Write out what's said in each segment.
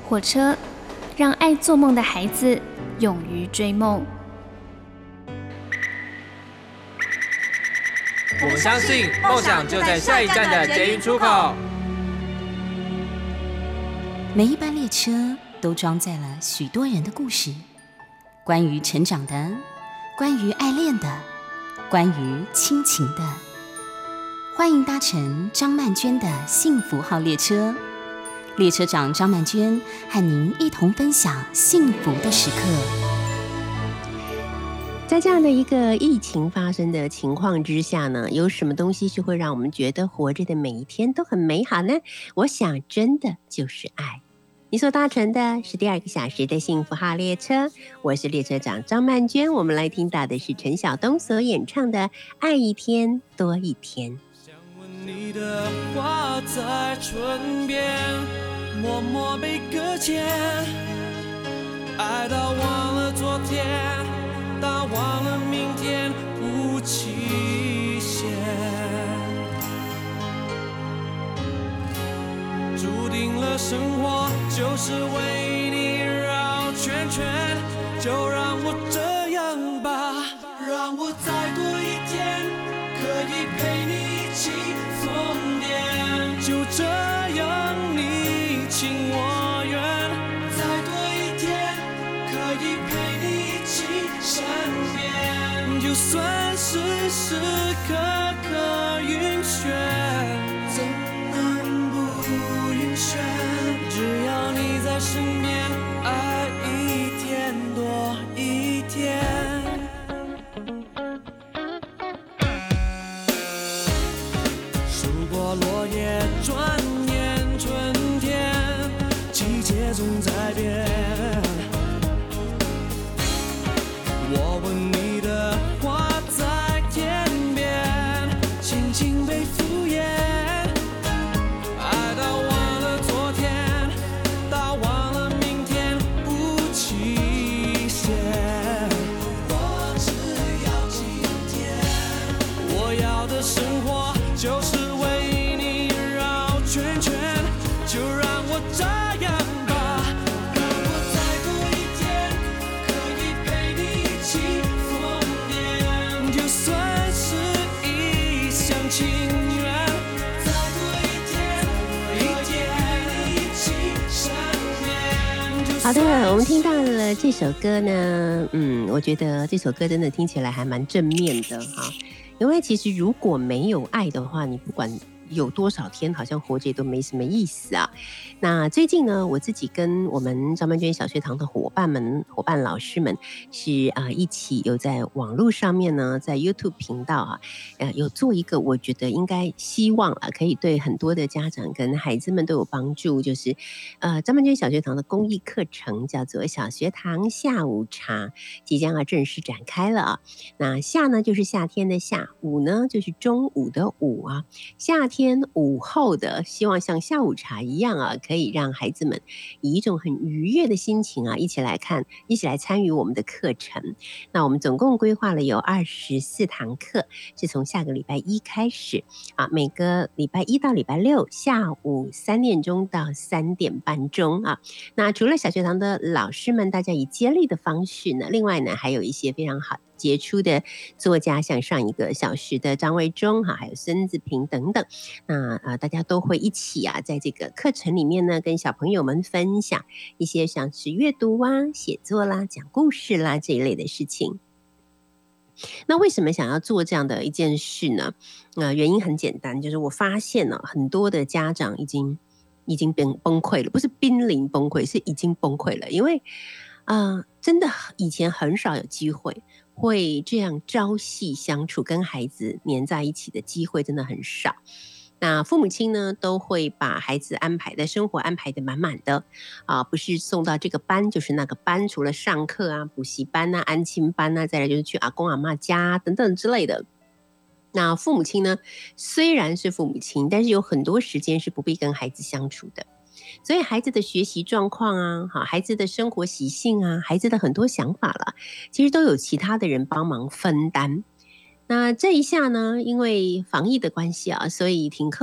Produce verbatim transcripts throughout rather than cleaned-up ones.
火车，让爱做梦的孩子勇于追梦。 我们相信梦想就在下一站的捷运出口。 每一班列车都装载了许多人的故事，关于成长的，关于爱恋的，关于亲情的。欢迎搭乘张曼娟的幸福号列车，列车长张曼娟和您一同分享幸福的时刻。 在这样的一个疫情发生的情况之下呢，有什么东西是会让我们觉得活着的每一天都很美好呢？我想真的就是爱。你所搭乘的是第二个小时的幸福号列车，我是列车长张曼娟。我们来听到的是陈晓东所演唱的《爱一天多一天》。 想问你的话在唇边，默默被搁浅，爱到忘了昨天，到忘了明天，无期限，注定了生活就是为你绕圈圈，就让我这样吧，让我再多一天，可以陪你一起疯癫，就这样你情我愿，再多一天，可以陪你一起身边，就算是时刻刻晕眩，怎能不晕眩？只要你在身边，爱一天多一天。数过落叶，转眼春天，季节总在变。我问你的话在天边，轻轻被敷衍，爱到忘了昨天，到忘了明天，无期限。我只要今天，我要的生活就是为你绕圈圈，就让我这样吧，让我再多一天，可以陪你一起疯癫，就算是一厢情愿，再多一天，可以陪你一起身边。 好的，我们听到了这首歌呢，嗯，我觉得这首歌真的听起来还蛮正面的哈。因为其实如果没有爱的话，你不管有多少天，好像活着也都没什么意思啊。那最近呢，我自己跟我们张曼娟小学堂的伙伴们、伙伴老师们是啊、呃、一起有在网络上面呢，在 YouTube 频道啊，呃有做一个我觉得应该希望啊可以对很多的家长跟孩子们都有帮助，就是呃张曼娟小学堂的公益课程叫做小学堂下午茶，即将要正式展开了啊。那夏呢就是夏天的夏，午呢就是中午的午啊，夏天午后的，希望像下午茶一样啊，可以让孩子们以一种很愉悦的心情啊，一起来看，一起来参与我们的课程。那我们总共规划了有二十四堂课，是从下个礼拜一开始啊，每个礼拜一到礼拜六下午三点钟到三点半钟啊。那除了小学堂的老师们，大家以接力的方式呢，另外呢还有一些非常好杰出的作家，像上一个小时的张卫忠哈，还有孙子平等等，那啊、呃、大家都会一起啊，在这个课程里面呢，跟小朋友们分享一些像是阅读啊、写作啦、讲故事啦这一类的事情。那为什么想要做这样的一件事呢？呃，原因很简单，就是我发现呢、啊，很多的家长已经已经崩崩溃了，不是濒临崩溃，是已经崩溃了，因为啊、呃，真的以前很少有机会会这样朝夕相处，跟孩子黏在一起的机会真的很少。那父母亲呢，都会把孩子安排的生活安排的满满的啊，不是送到这个班就是那个班，除了上课啊、补习班啊、安亲班啊，再来就是去阿公阿嬷家等等之类的。那父母亲呢，虽然是父母亲，但是有很多时间是不必跟孩子相处的。所以孩子的学习状况啊，好，孩子的生活习性啊，孩子的很多想法啦，其实都有其他的人帮忙分担。那这一下呢，因为防疫的关系啊，所以停课了。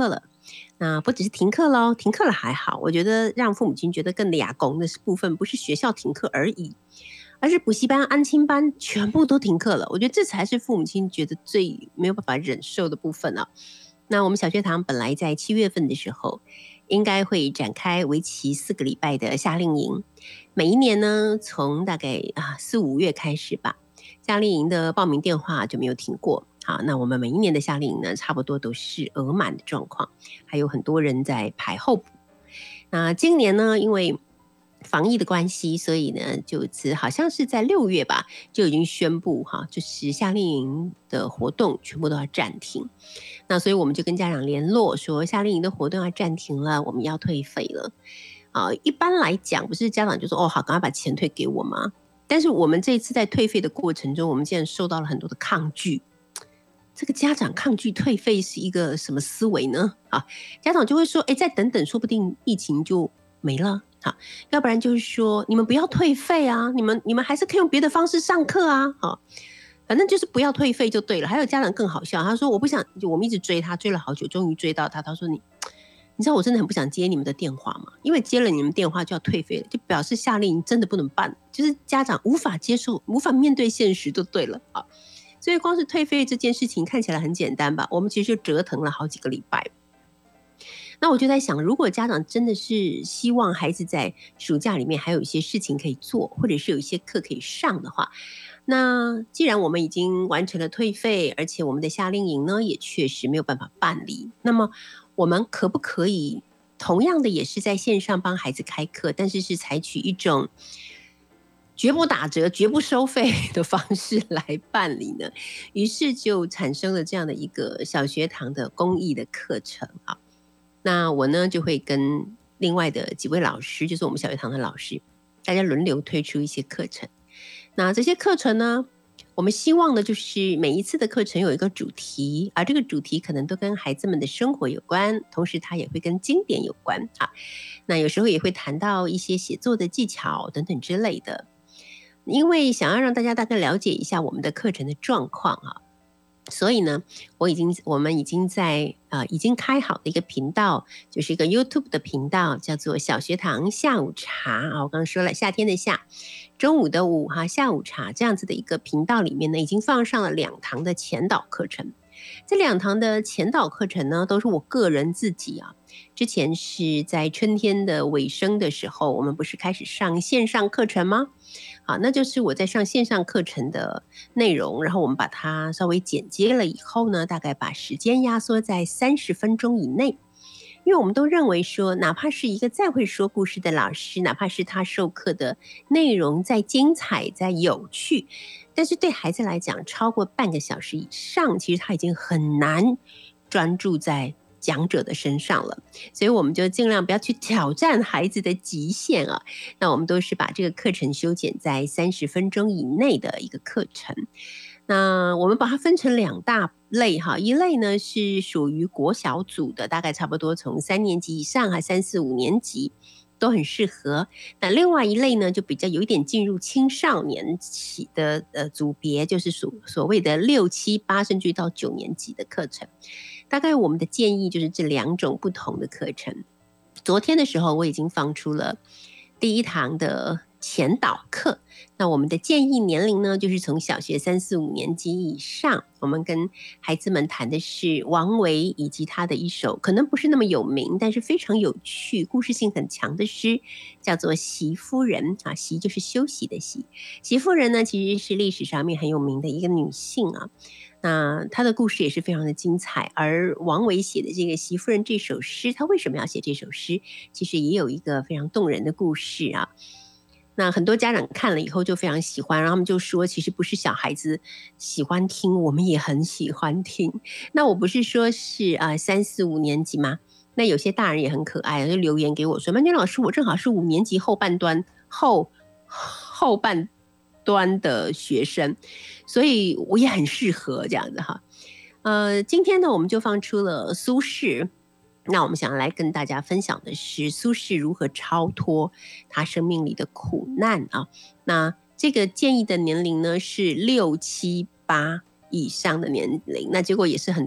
那不只是停课咯，停课了还好，我觉得让父母亲觉得更俩公的部分不是学校停课而已，而是补习班、安亲班全部都停课了。我觉得这才是父母亲觉得最没有办法忍受的部分啊。那我们小学堂本来在七月份的时候应该会展开为期四个礼拜的夏令营，每一年呢从大概啊四五月开始吧，夏令营的报名电话就没有停过。好，那我们每一年的夏令营呢差不多都是额满的状况，还有很多人在排候补。那今年呢因为防疫的关系，所以呢就此好像是在六月吧就已经宣布哈，就是夏令营的活动全部都要暂停。那所以我们就跟家长联络说夏令营的活动要暂停了，我们要退费了啊。一般来讲不是家长就说哦好赶快把钱退给我吗？但是我们这一次在退费的过程中，我们竟然受到了很多的抗拒。这个家长抗拒退费是一个什么思维呢？啊，家长就会说哎，再等等说不定疫情就没了。好，要不然就是说你们不要退费啊，你们你们还是可以用别的方式上课啊。好，反正就是不要退费就对了。还有家长更好笑，他说我不想，就我们一直追他，追了好久，终于追到他。他说你，你知道我真的很不想接你们的电话吗？因为接了你们电话就要退费了，就表示夏令营真的不能办，就是家长无法接受，无法面对现实就对了啊。所以光是退费这件事情看起来很简单吧，我们其实就折腾了好几个礼拜。那我就在想，如果家长真的是希望孩子在暑假里面还有一些事情可以做，或者是有一些课可以上的话，那既然我们已经完成了退费，而且我们的夏令营呢也确实没有办法办理，那么我们可不可以同样的也是在线上帮孩子开课，但是是采取一种绝不打折绝不收费的方式来办理呢？于是就产生了这样的一个小学堂的公益的课程啊。那我呢就会跟另外的几位老师，就是我们小学堂的老师，大家轮流推出一些课程。那这些课程呢，我们希望的就是每一次的课程有一个主题，而这个主题可能都跟孩子们的生活有关，同时它也会跟经典有关啊。那有时候也会谈到一些写作的技巧等等之类的。因为想要让大家大概了解一下我们的课程的状况啊，所以呢，我已经我们已经在呃已经开好的一个频道，就是一个 YouTube 的频道，叫做小学堂下午茶啊。我刚刚说了，夏天的夏，中午的午哈，下午茶这样子的一个频道里面呢，已经放上了两堂的前导课程。这两堂的前导课程呢，都是我个人自己啊，之前是在春天的尾声的时候，我们不是开始上线上课程吗？好，那就是我在上线上课程的内容，然后我们把它稍微剪接了以后呢，大概把时间压缩在三十分钟以内。因为我们都认为说，哪怕是一个再会说故事的老师，哪怕是他授课的内容再精彩再有趣，但是对孩子来讲，超过半个小时以上，其实他已经很难专注在讲者的身上了。所以我们就尽量不要去挑战孩子的极限啊。那我们都是把这个课程修剪在三十分钟以内的一个课程。那我们把它分成两大类哈，一类呢是属于国小组的，大概差不多从三年级以上还三四五年级都很适合。那另外一类呢就比较有一点进入青少年期的呃组别，就是所所谓的六七八甚至到九年级的课程。大概我们的建议就是这两种不同的课程。昨天的时候我已经放出了第一堂的前导课，那我们的建议年龄呢，就是从小学三四五年级以上。我们跟孩子们谈的是王维以及他的一首可能不是那么有名，但是非常有趣、故事性很强的诗，叫做《席夫人》啊。席就是休息的席。席夫人呢，其实是历史上面很有名的一个女性啊。那她的故事也是非常的精彩，而王维写的这个《席夫人》这首诗，他为什么要写这首诗？其实也有一个非常动人的故事啊。那很多家长看了以后就非常喜欢，然后他们就说其实不是小孩子喜欢听，我们也很喜欢听。那我不是说是呃三四五年级吗？那有些大人也很可爱，就留言给我说，曼娟老师，我正好是五年级后半端后后半端的学生，所以我也很适合这样子哈。呃，今天呢我们就放出了苏轼。那我们想要来跟大家分享的是苏轼如何超脱他生命里的苦难啊。那这个建议的年龄呢是六七八以上的年龄，那结果也是很多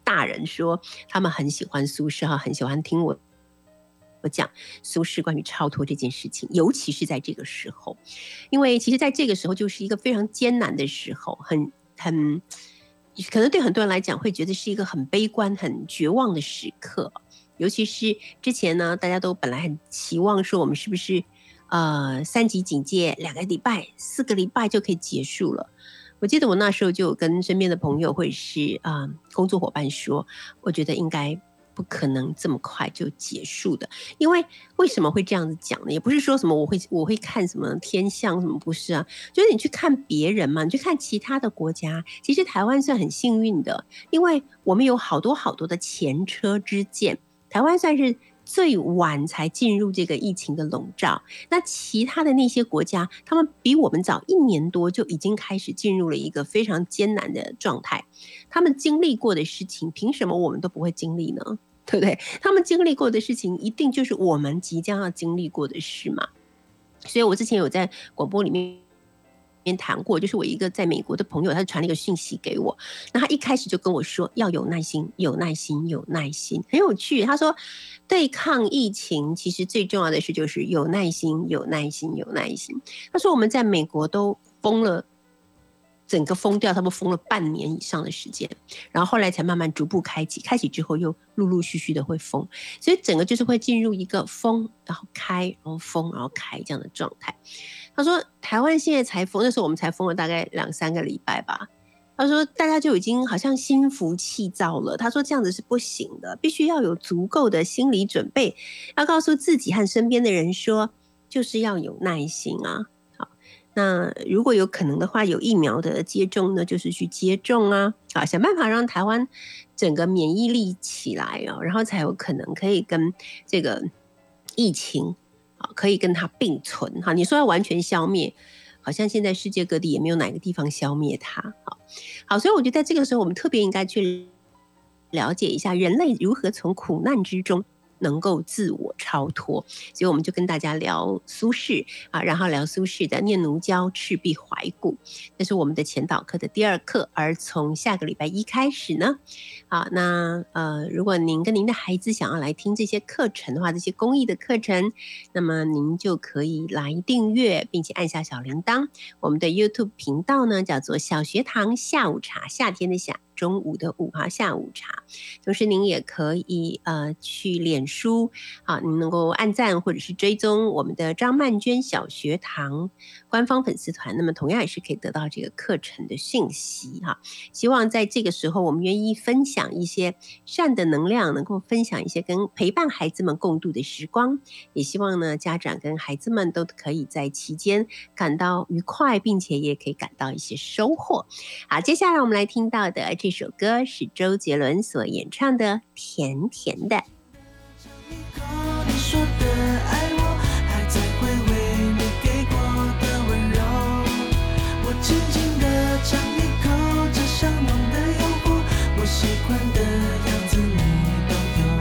大人说他们很喜欢苏轼哈，很喜欢听我我讲苏轼关于超脱这件事情，尤其是在这个时候，因为其实在这个时候就是一个非常艰难的时候，很很可能对很多人来讲会觉得是一个很悲观、很绝望的时刻。尤其是之前呢，大家都本来很期望说我们是不是呃三级警戒两个礼拜、四个礼拜就可以结束了。我记得我那时候就有跟身边的朋友或者是啊、呃、工作伙伴说，我觉得应该不可能这么快就结束的。因为为什么会这样子讲呢？也不是说什么我会我会看什么天象什么，不是啊，就是你去看别人嘛，你去看其他的国家，其实台湾算很幸运的，因为我们有好多好多的前车之鉴。台湾算是最晚才进入这个疫情的笼罩，那其他的那些国家，他们比我们早一年多就已经开始进入了一个非常艰难的状态。他们经历过的事情，凭什么我们都不会经历呢？对不对？他们经历过的事情，一定就是我们即将要经历过的事嘛。所以我之前有在广播里面谈过，就是我一个在美国的朋友，他传了一个讯息给我，那他一开始就跟我说要有耐心，有耐心，有耐心，很有趣。他说对抗疫情其实最重要的事就是有耐心，有耐心，有耐心。他说我们在美国都封了，整个封掉，他们封了半年以上的时间，然后后来才慢慢逐步开启，开启之后又陆陆续续的会封，所以整个就是会进入一个封，然后开，然后封，然后开这样的状态。他说台湾现在才封，那时候我们才封了大概两三个礼拜吧。他说大家就已经好像心浮气躁了，他说这样子是不行的，必须要有足够的心理准备，要告诉自己和身边的人说，就是要有耐心啊。好，那如果有可能的话，有疫苗的接种呢，就是去接种啊，好，想办法让台湾整个免疫力起来啊，然后才有可能可以跟这个疫情可以跟它并存。好，你说要完全消灭，好像现在世界各地也没有哪个地方消灭它。好，好，所以我觉得在这个时候，我们特别应该去了解一下人类如何从苦难之中能够自我超脱。所以我们就跟大家聊苏轼啊，然后聊苏轼的《念奴娇·赤壁怀古》，这是我们的前导课的第二课。而从下个礼拜一开始呢，啊，那呃，如果您跟您的孩子想要来听这些课程的话，这些公益的课程，那么您就可以来订阅，并且按下小铃铛。我们的 YouTube 频道呢，叫做小学堂下午茶，夏天的夏，中午的午哈，下午茶。同时您也可以呃去脸书啊，您能够按赞或者是追踪我们的张曼娟小学堂官方粉丝团，那么同样也是可以得到这个课程的讯息哈。希望在这个时候我们愿意分享一些善的能量，能够分享一些跟陪伴孩子们共度的时光，也希望呢家长跟孩子们都可以在期间感到愉快，并且也可以感到一些收获。好，接下来我们来听到的这首歌是周杰伦所演唱的《甜甜的》。 你说的爱我，还在回味你给过的温柔。我轻轻地尝一口这香浓的诱惑，我喜欢的样子你都有。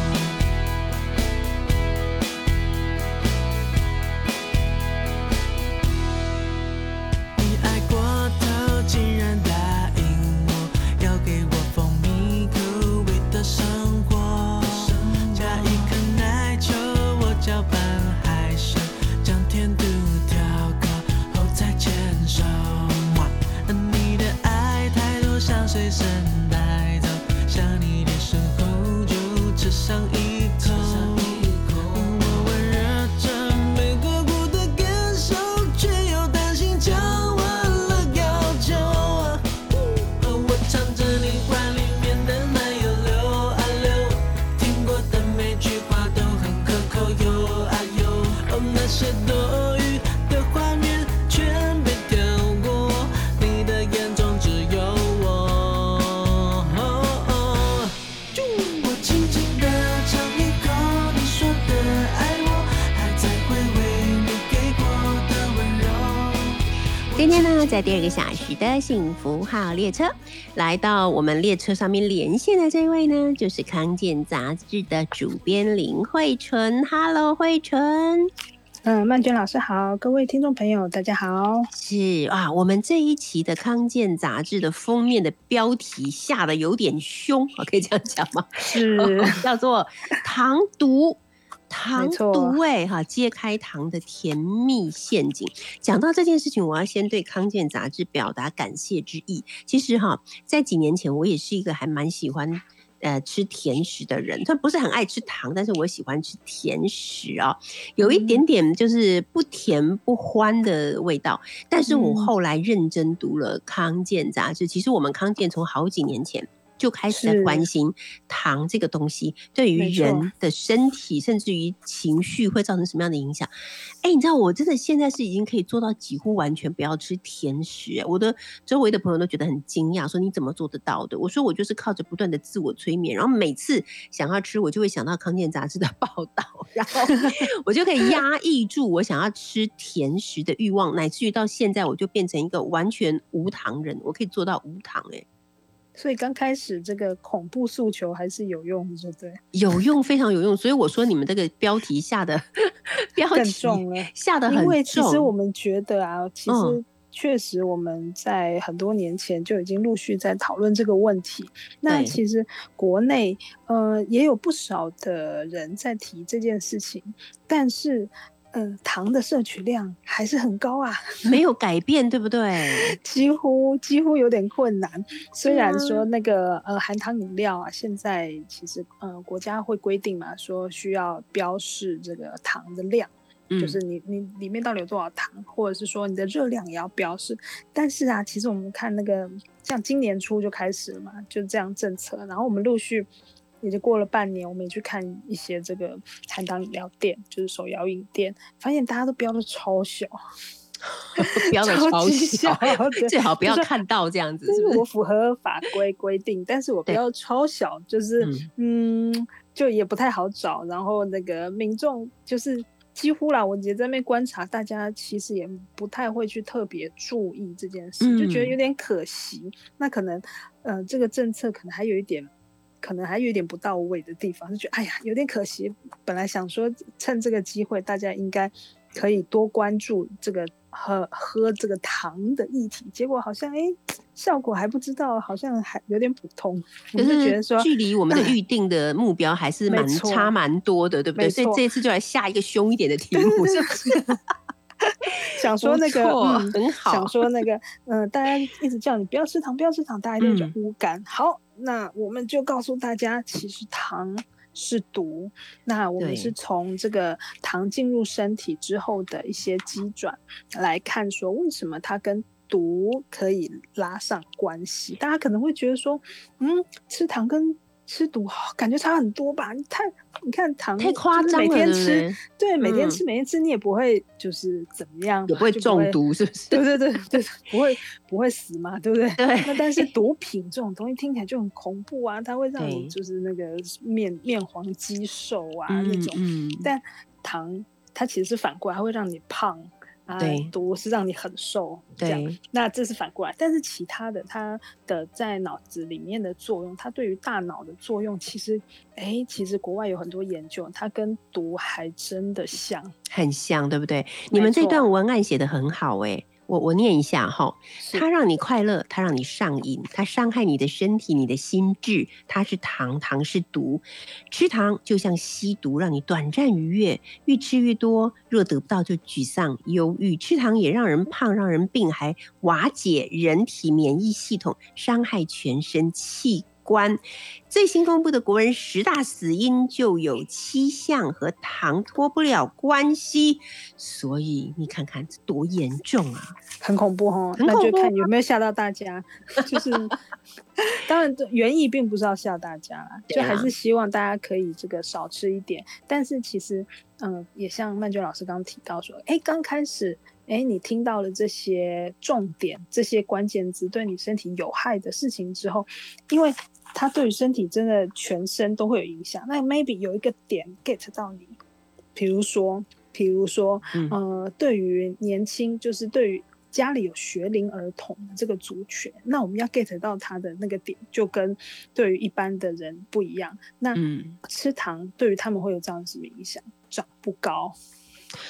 你爱过头，竟然答应我，要给我蜂蜜口味的生活。加一颗奶球，我搅拌害羞，将甜度调高后再牵手。你的爱太多，想随身带走，想你的时候就吃上一口。我温热着没喝过的感受，却又担心讲完了要求。我唱着你碗里面的奶油流啊流，听过的每句话都很可口有啊有。哦，那些多余的画面全被跳过，你的眼中只有我。我轻轻地尝一口你说的爱我，还在回味你给过的温柔。 今天呢，在第二个小时的幸福号列车，来到我们列车上面连线的这位呢，就是康健杂志的主编林慧纯。Hello， 慧纯。 嗯，曼娟老师好，各位听众朋友大家好。 是啊，我们这一期的康健杂志的封面的标题下的有点凶，可以这样讲吗？ 是、 哦、叫做糖毒。糖毒哎哈，揭开糖的甜蜜陷阱。讲到这件事情，我要先对康健杂志表达感谢之意。其实哈，在几年前，我也是一个还蛮喜欢呃吃甜食的人，虽然不是很爱吃糖，但是我喜欢吃甜食啊、哦，有一点点就是不甜不欢的味道。但是我后来认真读了康健杂志，其实我们康健从好几年前就开始在关心糖这个东西对于人的身体甚至于情绪会造成什么样的影响。哎、欸，你知道我真的现在是已经可以做到几乎完全不要吃甜食，我的周围的朋友都觉得很惊讶，说你怎么做得到的？我说我就是靠着不断的自我催眠，然后每次想要吃我就会想到康健杂志的报道，然后我就可以压抑住我想要吃甜食的欲望，乃至于到现在我就变成一个完全无糖人，我可以做到无糖。哎、欸。 所以刚开始这个恐怖诉求还是有用的，对不对？ 有用，非常有用。所以我说你们这个标题下的标题更重了， 下的很重。 因为其实我们觉得啊，其实确实我们在很多年前就已经陆续在讨论这个问题。那其实国内呃也有不少的人在提这件事情，但是。嗯，糖的摄取量还是很高啊， 没有改变，对不对？ 几乎几乎有点困难。虽然说那个呃含糖饮料啊，现在其实呃国家会规定嘛，说需要标示这个糖的量，嗯、就是你你里面到底有多少糖，或者是说你的热量也要标示。但是啊，其实我们看那个像今年初就开始了嘛，就这样政策，然后我们陆续。也就过了半年，我们也去看一些这个含糖饮料店，就是手摇饮店，发现大家都标的超小， 标的超小，最好不要看到这样子。 就是我符合法规规定，但是我标的超小，就是嗯, 嗯，就也不太好找。然后那个民众就是几乎啦，我也在那边观察，大家其实也不太会去特别注意这件事，嗯、就觉得有点可惜。那可能呃，这个政策可能还有一点。可能还有一点不到位的地方，就觉得哎呀有点可惜。本来想说趁这个机会，大家应该可以多关注这个喝喝这个糖的议题，结果好像哎效果还不知道，好像还有点普通。我就觉得说距离我们的预定的目标还是蛮差蛮多的，对不对？所以这次就来下一个凶一点的题目，是不是？ 想说那个、 嗯、很好， 想说那个嗯、呃，大家一直叫你不要吃糖，不要吃糖，大家一定就无感。嗯、好。那我们就告诉大家，其实糖是毒。那我们是从这个糖进入身体之后的一些机转来看，说为什么它跟毒可以拉上关系。大家可能会觉得说，嗯，吃糖跟吃毒感觉差很多吧？你太你看糖太夸张了， 每天吃， 对, 对，每天吃、嗯、每天吃，你也不会就是怎么样， 也不会中毒，是不是？ 对对对对，不会不会死嘛，对不对？ 对。 那但是毒品这种东西听起来就很恐怖啊，它会让你就是那个面面黄肌瘦啊、嗯、那种、嗯。但糖它其实是反过来，它会让你胖。啊，毒是让你很瘦，这样，那这是反过来。但是其他的，它的在脑子里面的作用，它对于大脑的作用，其实，哎，其实国外有很多研究，它跟毒还真的像， 很像，对不对？你们这段文案写得很好、欸，哎。我我念一下哈，它让你快乐，它让你上瘾，它伤害你的身体、你的心智，它是糖，糖是毒。吃糖就像吸毒，让你短暂愉悦，越吃越多，若得不到就沮丧、忧郁。吃糖也让人胖，让人病，还瓦解人体免疫系统，伤害全身器官。最新公布的国人十大死因就有七项和糖脱不了关系，所以你看看这多严重啊， 很恐怖哦。那就看有没有吓到大家。就是当然原意并不是要吓大家啦，就还是希望大家可以这个少吃一点。但是其实嗯，也像曼娟老师刚刚提到说，哎，刚开始哎，你听到了这些重点、这些关键字对你身体有害的事情之后，因为它对于身体真的全身都会有影响。那 maybe 有一个点 get 到你，比如说，比如说，嗯、呃，对于年轻，就是对于家里有学龄儿童的这个族群，那我们要 get 到他的那个点，就跟对于一般的人不一样。那吃糖对于他们会有这样什么影响？长不高。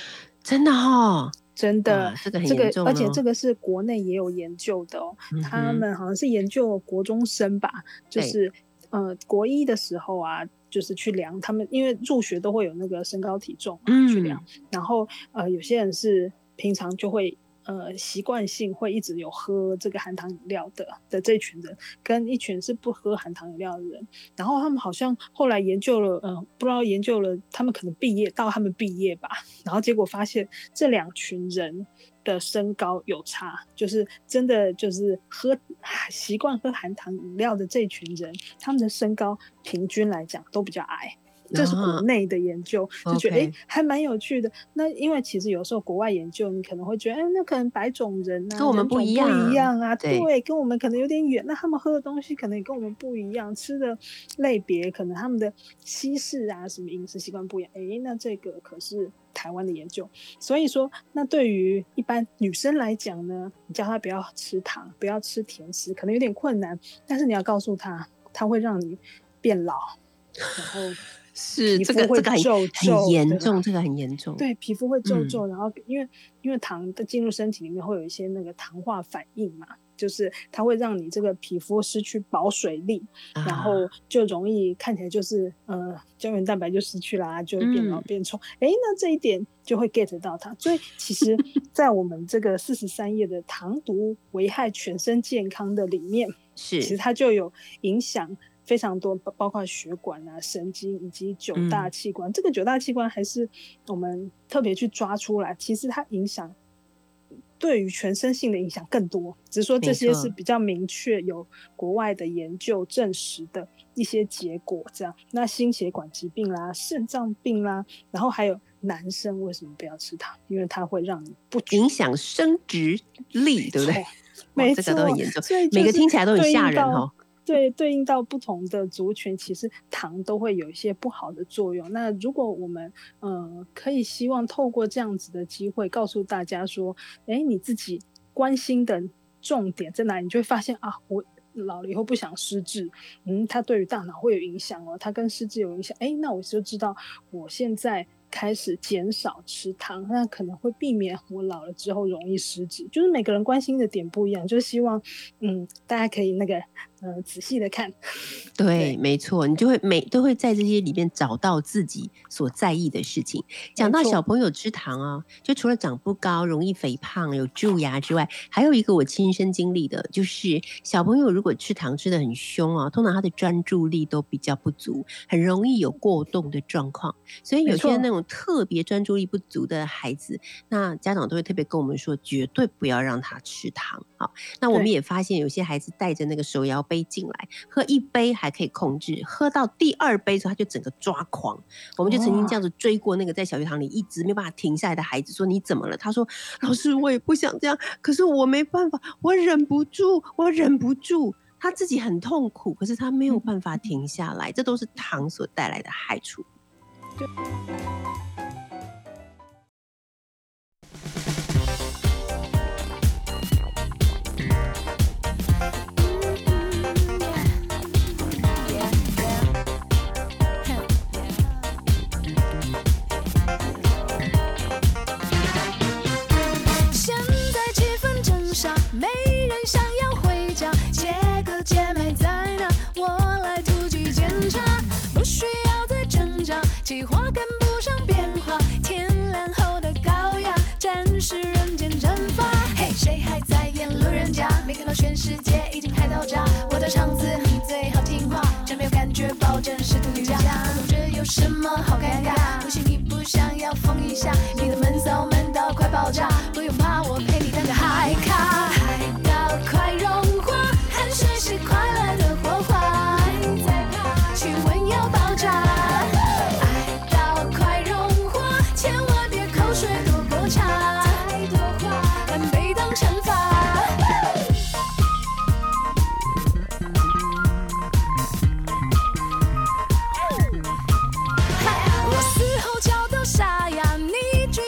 真的哦。 真的， 这个很严重、哦、 这个而且这个是国内也有研究的哦、嗯、他们好像是研究国中生吧，就是呃国一的时候啊，就是去量他们，因为入学都会有那个身高体重、啊嗯、去量，然后呃有些人是平常就会呃习惯性会一直有喝这个含糖饮料的的这群人，跟一群是不喝含糖饮料的人，然后他们好像后来研究了，呃不知道研究了，他们可能毕业到他们毕业吧，然后结果发现这两群人的身高有差，就是真的就是喝习惯喝含糖饮料的这群人，他们的身高平均来讲都比较矮。这是国内的研究，就觉得哎、欸，还蛮有趣的。那因为其实有时候国外研究，你可能会觉得，哎、欸，那可能白种人啊， 跟我们不一样， 不一样啊， 对， 对，跟我们可能有点远。那他们喝的东西可能也跟我们不一样，吃的类别可能他们的西式啊，什么饮食习惯不一样。哎、欸，那这个可是台湾的研究，所以说，那对于一般女生来讲呢，你叫她不要吃糖，不要吃甜食，可能有点困难，但是你要告诉她，它会让你变老，然后。 是这个这个很很严重，这个很严重。 对，皮肤会皱皱，嗯、然后因为因为糖的进入身体里面会有一些那个糖化反应嘛，就是它会让你这个皮肤失去保水力，啊、然后就容易看起来就是呃胶原蛋白就失去啦，就会变老变丑。哎、嗯，那这一点就会 get 到它。所以其实，在我们这个四十三页的糖毒危害全身健康的里面， 是其实它就有影响。非常多，包括血管啊、神经以及九大器官。嗯、这个九大器官还是我们特别去抓出来，其实它影响对于全身性的影响更多，只是说这些是比较明确有国外的研究证实的一些结果。这样，那心血管疾病啦、肾脏病啦，然后还有男生为什么不要吃糖？因为它会让你不影响生殖力，对不对？ 没错， 这个都很严重，每个听起来都很吓人哦。 对，对应到不同的族群，其实糖都会有一些不好的作用。那如果我们呃可以希望透过这样子的机会，告诉大家说，哎，你自己关心的重点在哪里，你就会发现啊，我老了以后不想失智，嗯，它对于大脑会有影响哦，它跟失智有影响。哎，那我就知道我现在开始减少吃糖，那可能会避免我老了之后容易失智。就是每个人关心的点不一样，就是希望嗯大家可以那个呃仔细的看。 对，对没错，你就会每都会在这些里面找到自己所在意的事情。讲到小朋友吃糖啊，就除了长不高、容易肥胖、有蛀牙之外，还有一个我亲身经历的，就是小朋友如果吃糖吃得很凶啊，通常他的专注力都比较不足，很容易有过动的状况。所以有些那种特别专注力不足的孩子，那家长都会特别跟我们说，绝对不要让他吃糖。好，那我们也发现有些孩子带着那个手摇杯进来，喝一杯还可以控制，喝到第二杯的时候他就整个抓狂。我们就曾经这样子追过那个在小学堂里一直没有办法停下来的孩子，说你怎么了？他说老师我也不想这样，可是我没办法，我忍不住，我忍不住。他自己很痛苦，可是他没有办法停下来，这都是糖所带来的害处。对。 现在气氛真傻，没人想要回家，借个姐妹在哪，我来突击检查，不需要再挣扎，计划跟不上变化，天亮后的高雅，暂时人间蒸发。嘿，谁还在演路人甲？没看到全世界已经嗨到炸，我的肠子你最好听话，真没有感觉，保证是独家。这有什么好尴尬？不信你不想要疯一下，你的闷骚闷到快爆炸，不用怕，我陪你当个嗨咖，嗨到快融化，汗水是快乐的火花，再怕气温要爆炸，爱到快融化，千万别口水多过茶，太多话敢被当惩罚。我嘶吼叫到沙哑，你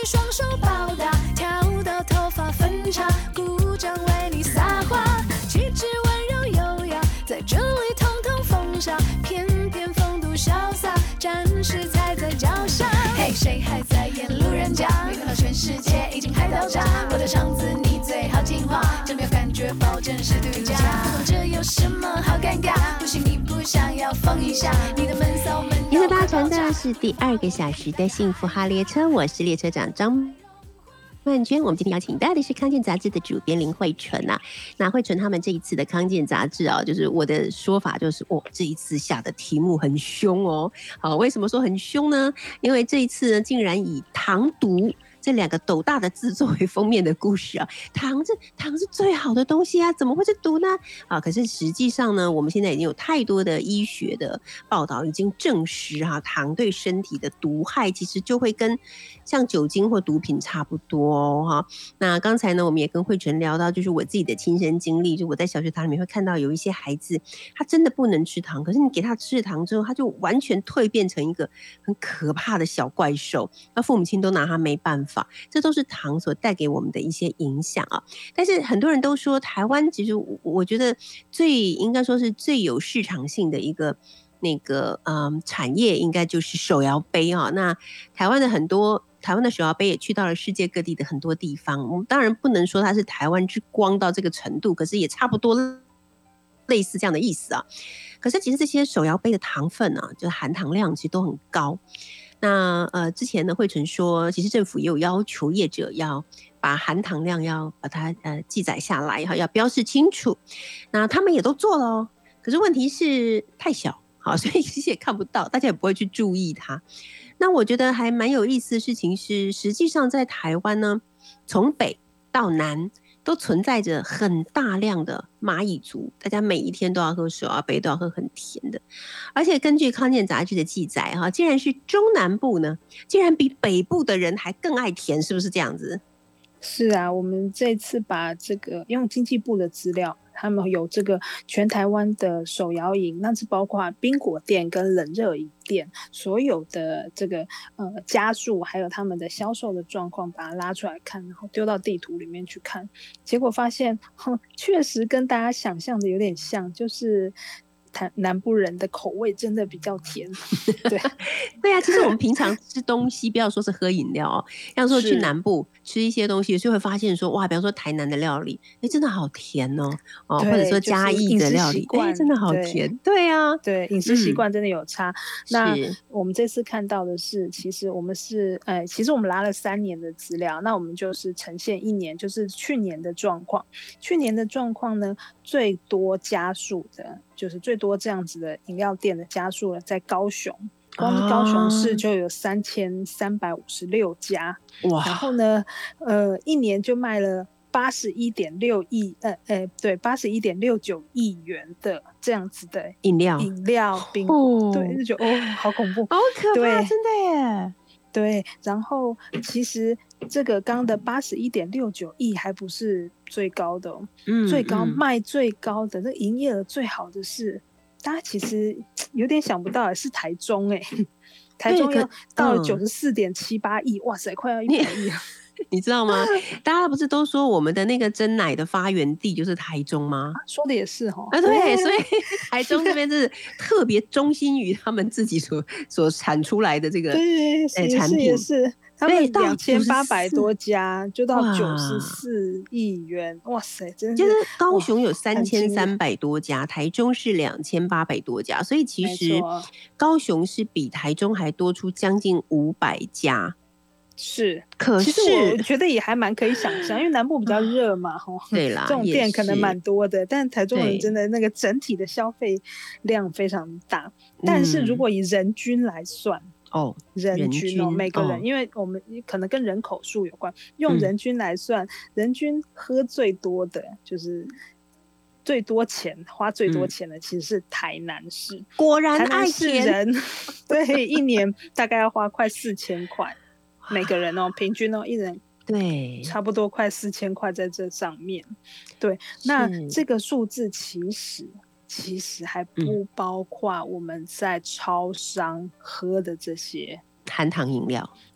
真是独家。这有什么好尴尬？不信你不想要疯一下，你的闷骚闷。 一四八乘的是第二个小时的幸福号列车，我是列车长张曼娟。我们今天邀请到的是康健杂志的主编林慧纯啊。那慧纯他们这一次的康健杂志啊，就是我的说法就是，哦，这一次下的题目很凶哦。好，为什么说很凶呢？因为这一次呢，竟然以糖毒这两个斗大的字作为封面的故事啊，糖是糖是最好的东西啊，怎么会是毒呢？啊，可是实际上呢，我们现在已经有太多的医学的报道已经证实啊，糖对身体的毒害其实就会跟像酒精或毒品差不多哦。哈，那刚才呢，我们也跟慧纯聊到，就是我自己的亲身经历，就我在小学堂里面会看到有一些孩子，他真的不能吃糖，可是你给他吃了糖之后，他就完全蜕变成一个很可怕的小怪兽，那父母亲都拿他没办法。这都是糖所带给我们的一些影响啊。但是很多人都说，台湾其实我觉得最应该说是最有市场性的一个那个嗯产业，应该就是手摇杯啊。那台湾的很多台湾的手摇杯也去到了世界各地的很多地方。我们当然不能说它是台湾之光到这个程度，可是也差不多类似这样的意思啊。可是其实这些手摇杯的糖分啊，就含糖量其实都很高。那呃，之前呢，慧纯说，其实政府也有要求业者要把含糖量要把它呃记载下来，要标示清楚。那他们也都做了哦，可是问题是太小，好，所以其实也看不到，大家也不会去注意它。那我觉得还蛮有意思的事情是，实际上在台湾呢，从北到南都存在着很大量的蚂蚁族，大家每一天都要喝手摇杯，都要喝很甜的。而且根据康健杂志的记载，哈，竟然是中南部呢，竟然比北部的人还更爱甜，是不是这样子？ 是啊，我们这次把这个用经济部的资料，他们有这个全台湾的手摇饮，那是包括冰果店跟冷热饮店所有的这个呃家数，还有他们的销售的状况，把它拉出来看，然后丢到地图里面去看，结果发现，哼，确实跟大家想象的有点像，就是南部人的口味真的比较甜。对对啊，其实我们平常吃东西，不要说是喝饮料哦，要说去南部吃一些东西，就会发现说，哇，比方说台南的料理，哎，真的好甜哦，哦，或者说嘉义的料理，哎、就是，真的好甜。对啊， 对，饮食习惯真的有差。嗯、那我们这次看到的是，其实我们是，呃，其实我们拿了三年的资料，那我们就是呈现一年，就是去年的状况。去年的状况呢，最多家数的。就是最多这样子的饮料店的家数了，在高雄，光是高雄市就有三千三百五十六家，哇！然后呢，呃，一年就卖了八十一点六亿，呃，呃，对，八十一点六九亿元的这样子的饮料， 饮料冰果，对，就觉得哦，好恐怖， 好可怕，真的耶。 对，然后其实这个刚刚的八十一点六九亿还不是最高的、哦嗯、最高、嗯、卖最高的那营业额最好的是，大家其实有点想不到是台中哎，台中要到了九十四点七八亿，哇塞，快要一百亿了。 你知道吗？大家不是都说我们的那个珍奶的发源地就是台中吗？ 啊、说的也是哈、哦。 啊，对，所以台中这边是特别忠心于他们自己所所产出来的这个对、呃、产品，也是。他们两千八百多家，就到九十四亿元，哇塞，真的是。 就是高雄有三千三百多家，台中是两千八百多家，所以其实高雄是比台中还多出将近五百家。 是， 可是其实我觉得也还蛮可以想象，因为南部比较热嘛，哈、啊， 对啦， 这种店可能蛮多的，但台中人真的那个整体的消费量非常大。但是如果以人均来算， 哦， 人均哦，每个人、哦，因为我们可能跟人口数有关，用人均来算，嗯、人均喝最多的就是。最多钱花最多钱的其实是台南市，嗯、 果然爱甜人，对，一年大概要花快四千块，每个人哦，平均哦，一人对， 差不多快四千块在这上面。对，那这个数字其实其实还不包括我们在超商喝的这些含糖饮料。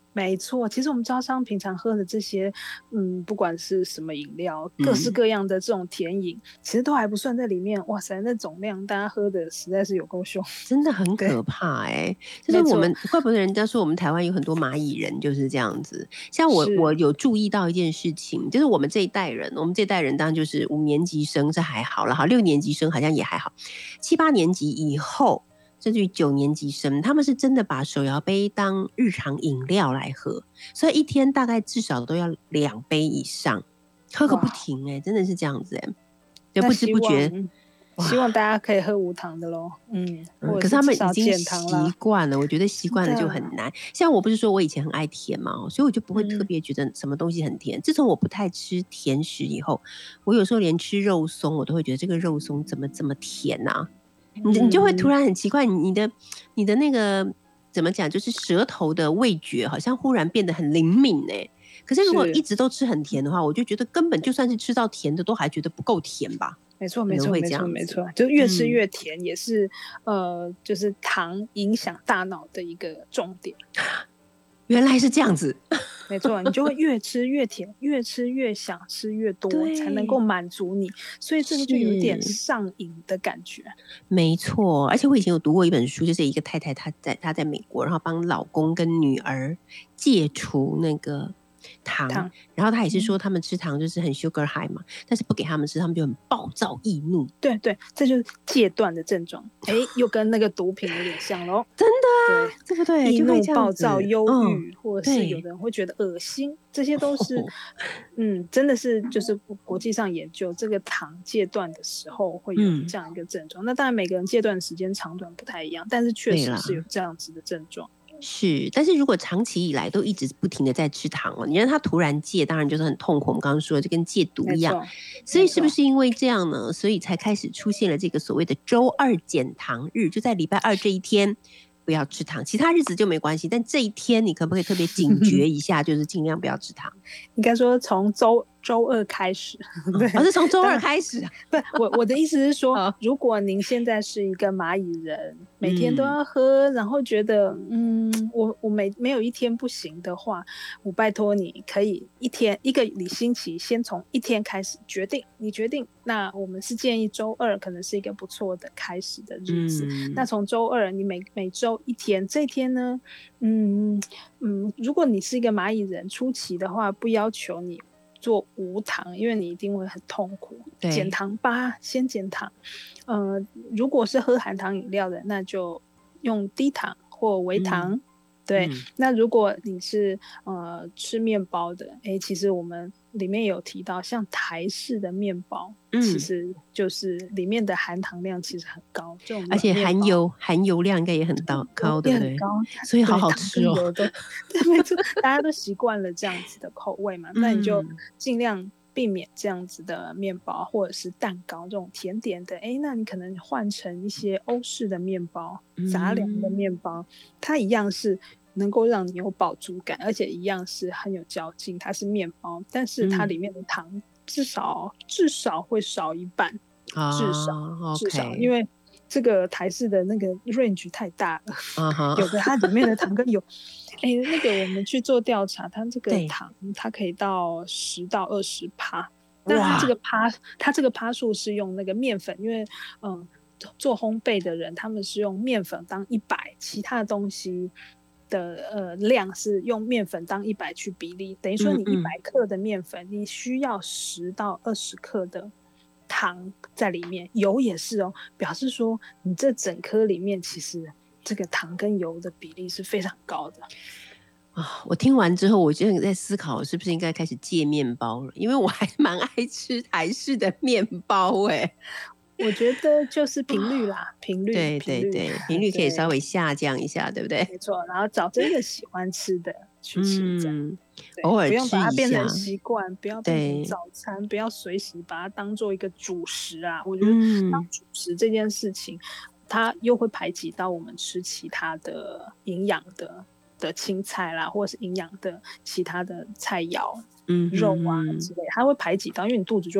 没错，其实我们招商平常喝的这些，嗯，不管是什么饮料，各式各样的这种甜饮，嗯、其实都还不算在里面。哇塞，那总量大家喝的实在是有够凶， 真的很可怕哎、欸。就是我们怪不得人家说我们台湾有很多蚂蚁人就是这样子。像我我有注意到一件事情，就是我们这一代人，我们这一代人当然就是五年级生是还好了，好六年级生好像也还好，七八年级以后。甚至于九年级生，他们是真的把手摇杯当日常饮料来喝，所以一天大概至少都要两杯以上，喝个不停哎、欸，真的是这样子哎、欸，就不知不觉。 希望大家可以喝无糖的咯，嗯， 嗯可是他们已经习惯了，我觉得习惯了就很难。像我不是说我以前很爱甜嘛，所以我就不会特别觉得什么东西很甜。嗯、自从我不太吃甜食以后，我有时候连吃肉松，我都会觉得这个肉松怎么这么甜啊？你你就会突然很奇怪，你的你的那个怎么讲，就是舌头的味觉好像忽然变得很灵敏哎、欸。可是如果一直都吃很甜的话，我就觉得根本就算是吃到甜的，都还觉得不够甜吧。 没错，没错，没错，没错，就越吃越甜，嗯、也是呃，就是糖影响大脑的一个重点。 原来是这样子， 没错，你就会越吃越甜，越吃越想吃越多，才能够满足你，所以这个就有点上瘾的感觉。 没错，而且我以前有读过一本书，就是一个太太她在她在美国，然后帮老公跟女儿戒除那个糖，糖然后她也是说他们吃糖就是很 sugar high 嘛，但是不给他们吃，他们就很暴躁易怒。 对对，这就是戒断的症状。哎，又跟那个毒品有点像咯。 真的啊，对不对？ 易怒、暴躁、忧郁，嗯、或者是有的人会觉得恶心，这些都是，嗯，真的是就是国际上研究这个糖戒断的时候会有这样一个症状。嗯、那当然每个人戒断的时间长短不太一样，但是确实是有这样子的症状。 是，但是如果长期以来都一直不停的在吃糖哦，你让他突然戒，当然就是很痛苦。我们刚刚说的就跟戒毒一样，所以是不是因为这样呢？所以才开始出现了这个所谓的周二减糖日，就在礼拜二这一天不要吃糖，其他日子就没关系，但这一天你可不可以特别警觉一下，就是尽量不要吃糖？ 应该说从周周二开始，对， 我、哦、是从周二开始。 不，我我的意思是说，如果您现在是一个蚂蚁人，每天都要喝，嗯、然后觉得嗯，我我每没有一天不行的话，我拜托你可以一天一个礼星期，先从一天开始决定，你决定。那我们是建议周二可能是一个不错的开始的日子。嗯、那从周二，你每每周一天，这一天呢，嗯嗯，如果你是一个蚂蚁人初期的话，不要求你做无糖，因为你一定会很痛苦。减糖吧，先减糖。呃，如果是喝含糖饮料的，那就用低糖或微糖。嗯、对、嗯，那如果你是呃吃面包的，哎，其实我们里面有提到，像台式的面包，嗯、其实就是里面的含糖量其实很高，这种而且含油含油量应该也很高，高对不对？ 高， 所以好好吃哦。 对，没错，大家都习惯了这样子的口味嘛，那你就尽量避免这样子的面包或者是蛋糕这种甜点的，哎，那你可能换成一些欧式的面包、杂粮的面包，它一样是能够让你有饱足感，而且一样是很有嚼劲，它是面包，但是它里面的糖至少、嗯、至少会少一半，啊、至少、哦、至少，因为这个台式的那个 range 太大了，啊、有的它里面的糖跟有，哎，那个我们去做调查，它这个糖它可以到十到二十趴，但它这个趴，它这个趴数是用那个面粉，因为嗯做烘焙的人他们是用面粉当一百，其他的东西的呃量是用面粉当一百去比例，等于说你一百克的面粉，嗯嗯你需要十到二十克的糖在里面，油也是哦，表示说你这整颗里面其实这个糖跟油的比例是非常高的。 啊，我听完之后，我就在思考，我是不是应该开始戒面包了？因为我还蛮爱吃台式的面包哎、欸。 我觉得就是频率啦，频率， 对对对，频率可以稍微下降一下，对不对？ 没错，然后找真的喜欢吃的去吃，嗯， 偶尔吃一下， 不用把它变成习惯，不要变成早餐，不要随时把它当做一个主食啊。我觉得当主食这件事情，嗯、它又会排挤到我们吃其他的营养的的青菜啦，或者是营养的其他的菜肴。嗯，肉啊之类，它会排挤到，因为你肚子就饱了嘛。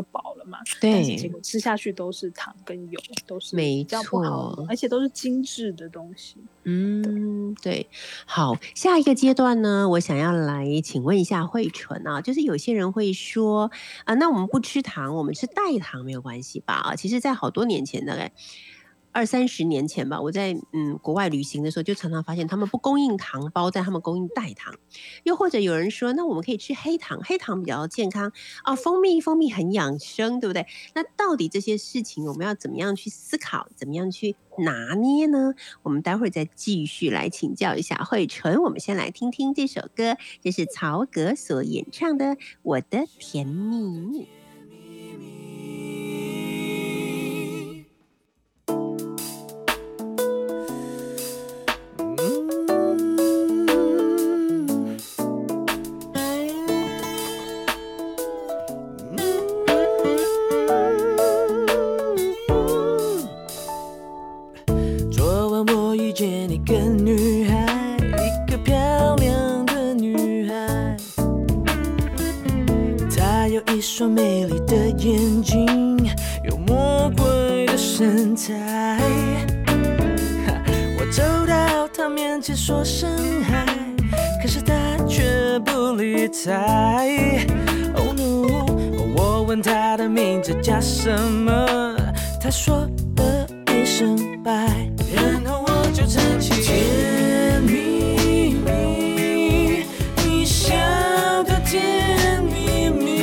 嘛， 对， 但是结果吃下去都是糖跟油，都是比较不好的，而且都是精致的东西。 嗯，对。好，下一个阶段呢，我想要来请问一下慧纯啊，就是有些人会说啊，那我们不吃糖，我们吃代糖没有关系吧？啊，其实在好多年前大概二三十年前吧，我在嗯国外旅行的时候，就常常发现他们不供应糖包，但他们供应代糖。又或者有人说，那我们可以吃黑糖，黑糖比较健康啊，蜂蜜蜂蜜很养生，对不对？那到底这些事情我们要怎么样去思考，怎么样去拿捏呢？我们待会儿再继续来请教一下慧纯。我们先来听听这首歌，这是曹格所演唱的《我的甜蜜蜜》。 一双美丽的眼睛，有魔鬼的身材。我走到她面前说声嗨，可是她却不理睬。Oh no， 我问她的名字叫什么，她说了一声拜，然后我就唱起甜蜜蜜，你笑得甜蜜蜜。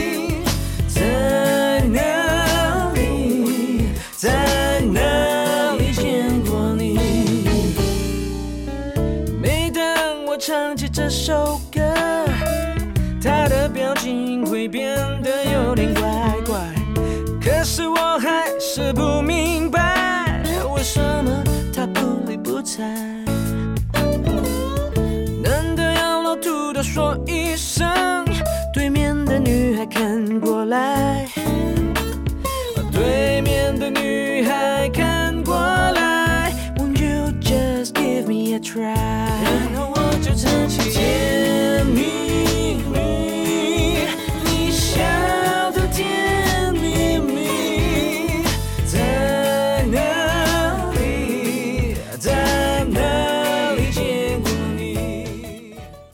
在哪里见过你？每当我唱起这首歌，他的表情会变得有点怪怪。可是我还是不明白，为什么他不理不睬？难得要老土地说一声，对面的女孩看过来。对面的女孩看过来 Won't you just give me a try， 然后我就唱起甜蜜蜜，你笑得甜蜜蜜，在哪里，在哪里见过你。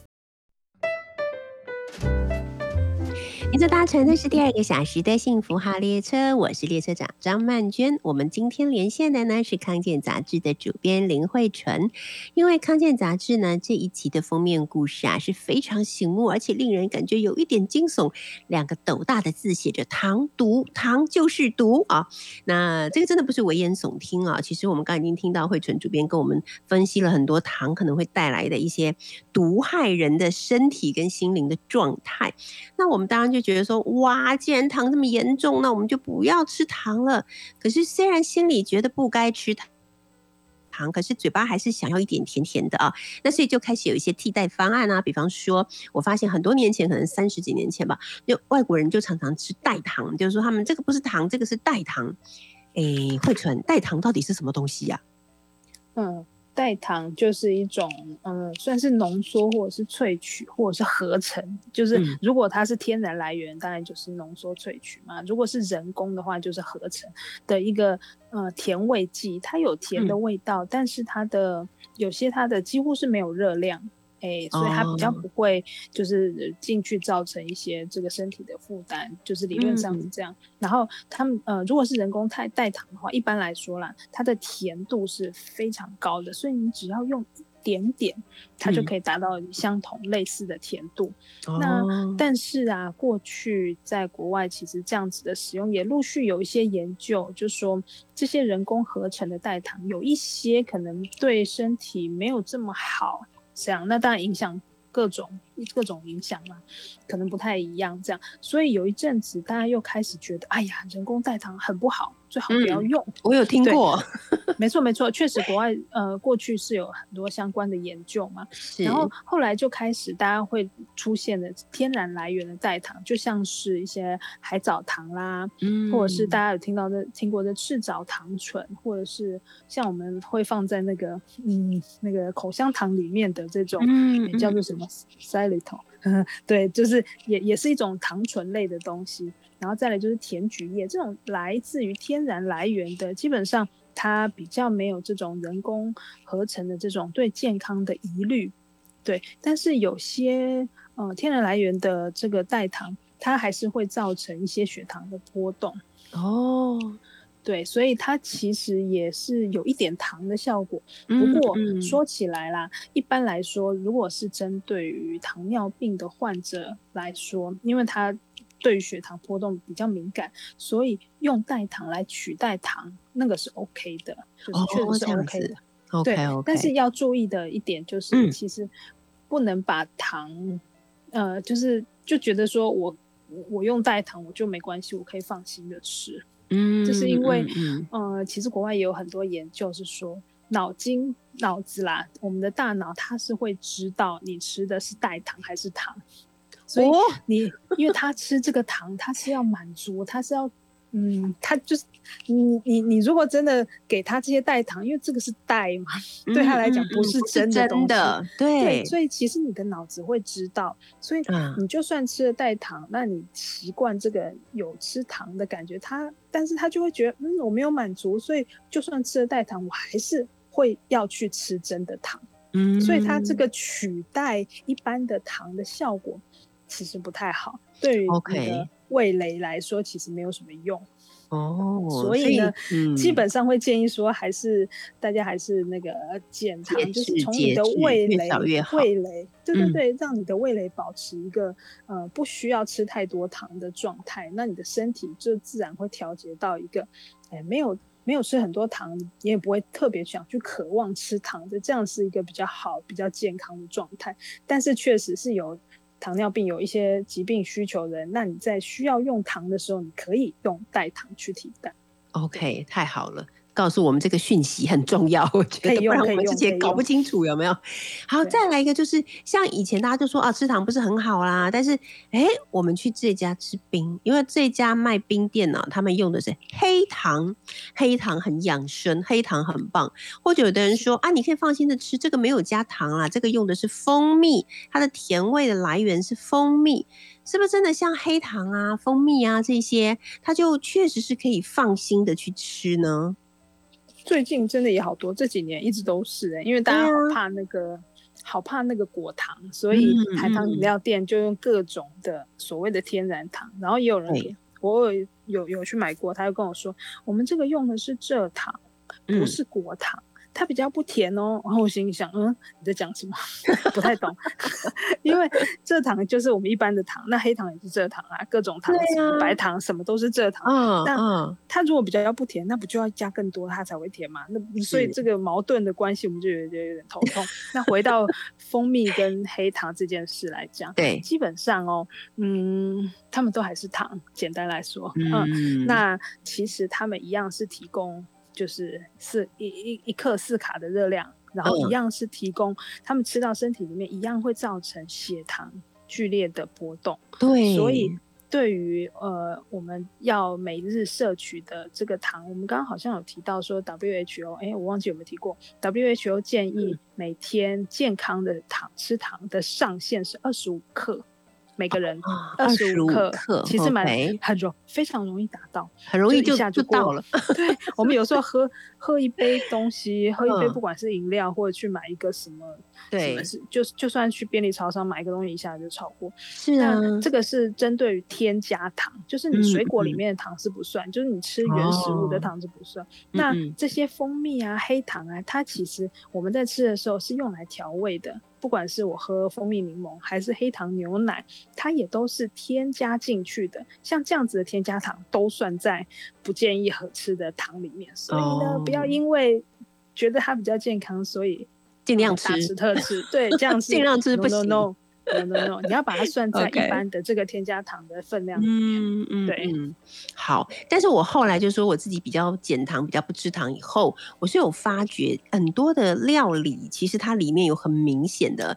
你在搭乘的是第二个小时的幸福号列车，我是列车长张曼娟。我们今天连线的呢是康健杂志的主编林慧纯。因为康健杂志呢这一期的封面故事啊是非常醒目，而且令人感觉有一点惊悚，两个斗大的字写着糖毒，糖就是毒啊。那这个真的不是危言耸听啊，其实我们刚才已经听到慧纯主编跟我们分析了很多糖可能会带来的一些毒害人的身体跟心灵的状态。那我们当然就觉得说，哇，既然糖这么严重，那我们就不要吃糖了。可是虽然心里觉得不该吃糖，可是嘴巴还是想要一点甜甜的啊。那所以就开始有一些替代方案啊，比方说我发现很多年前，可能三十几年前吧，就外国人就常常吃代糖，就是说他们这个不是糖，这个是代糖。诶，慧纯，代糖到底是什么东西呀？ 嗯。代糖就是一种，嗯，算是浓缩或者是萃取或者是合成，就是如果它是天然来源，当然就是浓缩萃取嘛。如果是人工的话，就是合成的一个呃甜味剂，它有甜的味道，嗯、但是它的有些它的几乎是没有热量。欸、所以它比较不会就是进去造成一些这个身体的负担，就是理论上是这样。嗯、然后他们呃，如果是人工代代糖的话，一般来说啦，它的甜度是非常高的，所以你只要用一点点，它就可以达到相同类似的甜度。嗯、那但是啊，过去在国外其实这样子的使用也陆续有一些研究，就说这些人工合成的代糖有一些可能对身体没有这么好。这样，那当然影响各种各种影响嘛，可能不太一样。这样，所以有一阵子大家又开始觉得，哎呀，人工代糖很不好，最好不要用。嗯、 我有听过， 没错没错，确实国外呃过去是有很多相关的研究嘛。然后后来就开始大家会出现的天然来源的代糖，就像是一些海藻糖啦，嗯、或者是大家有听到的听过的赤藻糖醇，或者是像我们会放在那个嗯那个口香糖里面的这种，嗯、叫做什么 xylitol。 对，就是也也是一种糖醇类的东西。然后再来就是甜菊叶，这种来自于天然来源的，基本上它比较没有这种人工合成的这种对健康的疑虑。对，但是有些呃天然来源的这个代糖，它还是会造成一些血糖的波动。 哦， 对，所以它其实也是有一点糖的效果。不过说起来啦，嗯嗯、一般来说，如果是针对于糖尿病的患者来说，因为他对于血糖波动比较敏感，所以用代糖来取代糖，那个是 OK 的，就是确实是 OK 的。 哦、 对 okay, okay. 但是要注意的一点就是，其实不能把糖，嗯、呃，就是就觉得说我我用代糖我就没关系，我可以放心的吃。嗯，就是因为，嗯嗯、呃，其实国外也有很多研究是说，脑筋脑子啦，我们的大脑它是会知道你吃的是代糖还是糖。所以你，因为他吃这个糖，他是要满足，他是要，嗯，他就是你你你如果真的给他这些代糖，因为这个是代嘛，嗯、对他来讲不是真的东西， 嗯、对, 对，所以其实你的脑子会知道，所以你就算吃了代糖，嗯、那你习惯这个有吃糖的感觉，他但是他就会觉得，嗯，我没有满足，所以就算吃了代糖，我还是会要去吃真的糖，嗯，所以他这个取代一般的糖的效果。其实不太好，对于你的味蕾来说，其实没有什么用。哦，所以呢，以嗯、基本上会建议说，还是大家还是那个减糖，就是从你的味蕾，味蕾，对对对，嗯、让你的味蕾保持一个呃不需要吃太多糖的状态，那你的身体就自然会调节到一个，哎，没有没有吃很多糖，你也不会特别想去渴望吃糖的，这样是一个比较好、比较健康的状态。但是确实是有。糖尿病有一些疾病需求的人，那你在需要用糖的时候，你可以用代糖去替代。 OK， 太好了，告诉我们这个讯息很重要，我觉得不然我们之前搞不清楚有没有。好，再来一个就是像以前大家就说啊，吃糖不是很好啦，但是哎，我们去这家吃冰，因为这家卖冰店呢、啊，他们用的是黑糖，黑糖很养生，黑糖很棒。或者有的人说啊，你可以放心的吃，这个没有加糖啦，这个用的是蜂蜜，它的甜味的来源是蜂蜜。是不是真的像黑糖啊、蜂蜜啊这些，它就确实是可以放心的去吃呢？ 最近真的也好多，这几年一直都是、欸、因为大家好怕那个、啊、好怕那个果糖，所以含糖饮料店就用各种的所谓的天然糖，然后也有人我有有有去买过，他就跟我说，我们这个用的是蔗糖，不是果糖。嗯，它比较不甜哦，然后我心里想，嗯，你在讲什么？不太懂，因为蔗糖就是我们一般的糖，那黑糖也是蔗糖啊，各种糖，啊、白糖什么都是蔗糖。嗯，那它如果比较不甜，那不就要加更多它才会甜嘛？那所以这个矛盾的关系，我们就有点有点头痛。那回到蜂蜜跟黑糖这件事来讲，对，基本上哦，嗯，他们都还是糖，简单来说，嗯，嗯那其实他们一样是提供。就是四一一一克四卡的热量，然后一样是提供、嗯、他们吃到身体里面，一样会造成血糖剧烈的波动。对，所以对于呃我们要每日摄取的这个糖，我们刚刚好像有提到说 W H O， 哎，我忘记有没有提过 W H O 建议每天健康的糖吃糖的上限是二十五克。每个人二十五克，其实蛮、okay. 很容非常容易达到， 很容易就一下就到了。 对，我们有时候喝喝一杯东西，喝一杯不管是饮料或者去买一个什么，对，什么就就算去便利超商买一个东西，一下就超过。是啊，这个是针对于添加糖，就是你水果里面的糖是不算，嗯、就是你吃原食物的糖是不算。哦、那这些蜂蜜啊、黑糖啊，它其实我们在吃的时候是用来调味的。不管是我喝蜂蜜柠檬还是黑糖牛奶，它也都是添加进去的。像这样子的添加糖都算在不建议喝吃的糖里面，所以呢， oh. 不要因为觉得它比较健康，所以尽量吃， 大吃特吃。对，这样是尽量吃不行。 No, no, no. No, no, no. 你要把它算在一般的这个添加糖的分量里面。嗯嗯，对嗯。 好，但是我后来就说我自己比较减糖，比较不吃糖以后，我是有发觉很多的料理，其实它里面有很明显的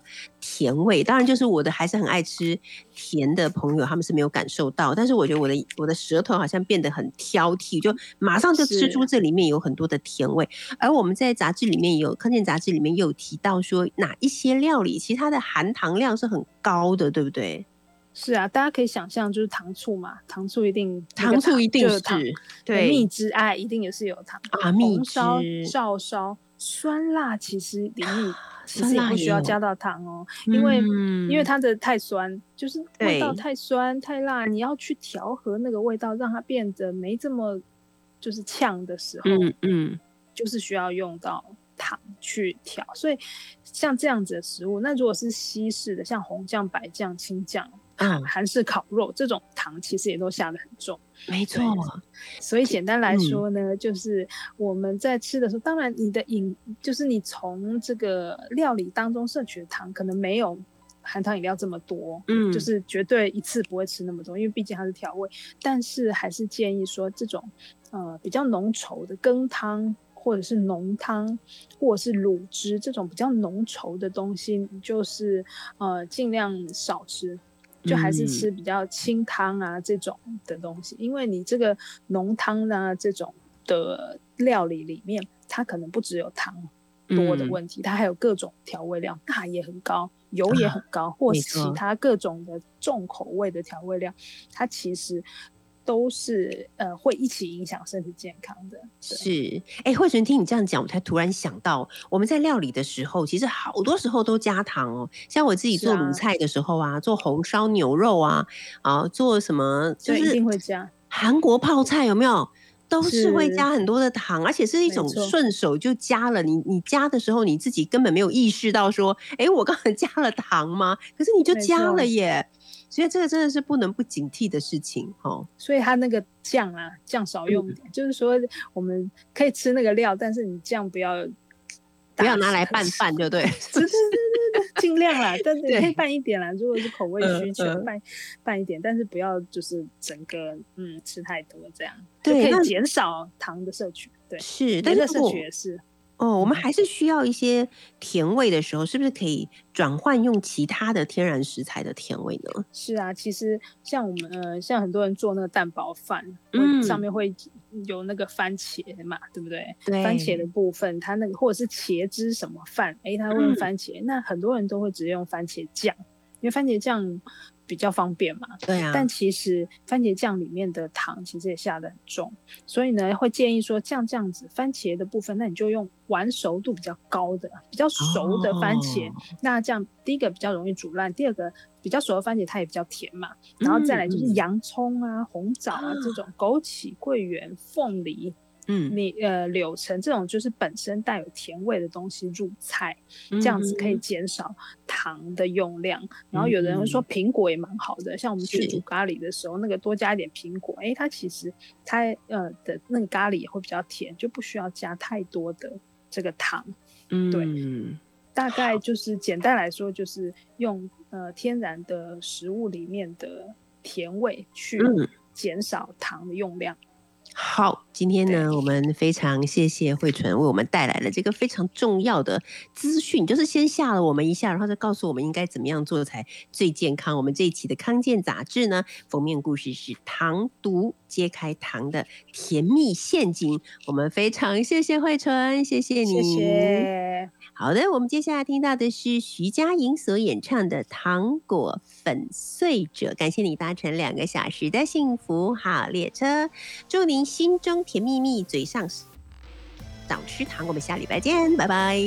甜味。当然就是我的还是很爱吃甜的朋友他们是没有感受到，但是我觉得我的我的舌头好像变得很挑剔，就马上就吃出这里面有很多的甜味。而我们在杂志里面有康健杂志里面也有提到说哪一些料理其实它的含糖量是很高的，对不对？ 是啊，大家可以想象，就是糖醋嘛，糖醋一定， 糖醋一定是对，蜜汁爱一定也是有糖啊，蜜汁、 红烧、照烧、酸辣，其实里面其实也不需要加到糖哦，因为、嗯、因为它的太酸，就是味道太酸太辣，你要去调和那个味道，让它变得没这么就是呛的时候，嗯嗯，就是需要用到糖去调。所以像这样子的食物，那如果是西式的，像红酱、白酱、青酱。嗯，韩式烤肉这种糖其实也都下得很重， 没错。 所以简单来说呢、嗯，就是我们在吃的时候，当然你的饮就是你从这个料理当中摄取的糖可能没有含糖饮料这么多，嗯，就是绝对一次不会吃那么多，因为毕竟它是调味。但是还是建议说，这种呃比较浓稠的羹汤，或者是浓汤，或者是卤汁这种比较浓稠的东西，你就是呃尽量少吃。就还是吃比较清汤啊、嗯、这种的东西，因为你这个浓汤啊这种的料理里面，它可能不只有糖多的问题，嗯、它还有各种调味料，钠也很高，油也很高，啊、或是其他各种的重口味的调味料，它其实都是呃会一起影响身体健康的。 是，哎，慧纯听你这样讲，我才突然想到，我们在料理的时候，其实好多时候都加糖哦。像我自己做卤菜的时候啊，啊做红烧牛肉啊，啊，做什么就是一定会加。 韩国泡菜有没有？都是会加很多的糖，而且是一种顺手就加了。你你加的时候，你自己根本没有意识到说，哎，我刚才加了糖吗？可是你就加了耶。所以这个真的是不能不警惕的事情哦。 所以它那个酱啊，酱少用一点、嗯，就是说我们可以吃那个料，但是你酱不要不要拿来拌饭，就对。 对对对对，尽量啦，但是你可以拌一点啦。如果是口味需求，拌、呃、拌一点，但是不要就是整个嗯吃太多这样，对，就可以减少糖的摄取。对， 是，但是摄取也是。 哦，我们还是需要一些甜味的时候，是不是可以转换用其他的天然食材的甜味呢？ 是啊，其实像我们呃，像很多人做那个蛋包饭，嗯，上面会有那个番茄嘛，对不对？对，番茄的部分，它那个或者是茄汁什么饭，哎，它会用番茄、嗯，那很多人都会直接用番茄酱，因为番茄酱比较方便嘛， 对啊。 但其实番茄酱里面的糖其实也下得很重，所以呢，会建议说像这样子番茄的部分，那你就用完熟度比较高的、比较熟的番茄，哦、那这样第一个比较容易煮烂，第二个比较熟的番茄它也比较甜嘛，然后再来就是洋葱啊、嗯、红枣啊、嗯、这种枸杞、桂圆、凤梨。嗯，你呃柳橙这种就是本身带有甜味的东西入菜，这样子可以减少糖的用量。嗯、然后有的人会说苹果也蛮好的，像我们去煮咖喱的时候，那个多加一点苹果，哎，它其实它呃的那个咖喱也会比较甜，就不需要加太多的这个糖。嗯，对，大概就是简单来说，就是用呃天然的食物里面的甜味去减少糖的用量。 好，今天呢，我们非常谢谢慧纯为我们带来了这个非常重要的资讯，就是先吓了我们一下，然后再告诉我们应该怎么样做才最健康。我们这一期的康健杂志呢，封面故事是糖毒揭开糖的甜蜜陷阱。我们非常谢谢慧纯，谢谢你， 谢谢。 好的，我们接下来听到的是徐佳莹所演唱的《糖果粉碎者》。感谢你搭乘两个小时的幸福好列车，祝您心中甜蜜蜜，嘴上少吃糖。我们下礼拜见，拜拜。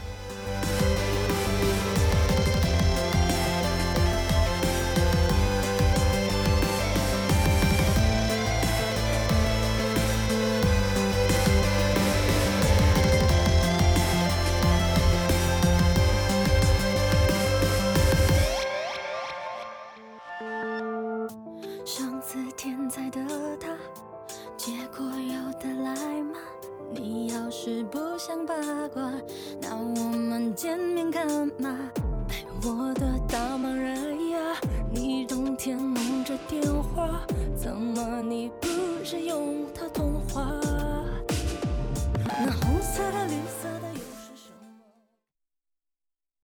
上次天才的他，结果有得来吗？你要是不想八卦，那我们见面干嘛？哎，我的大忙人呀，你整天忙着电话，怎么你不是用它通话？那红色的绿色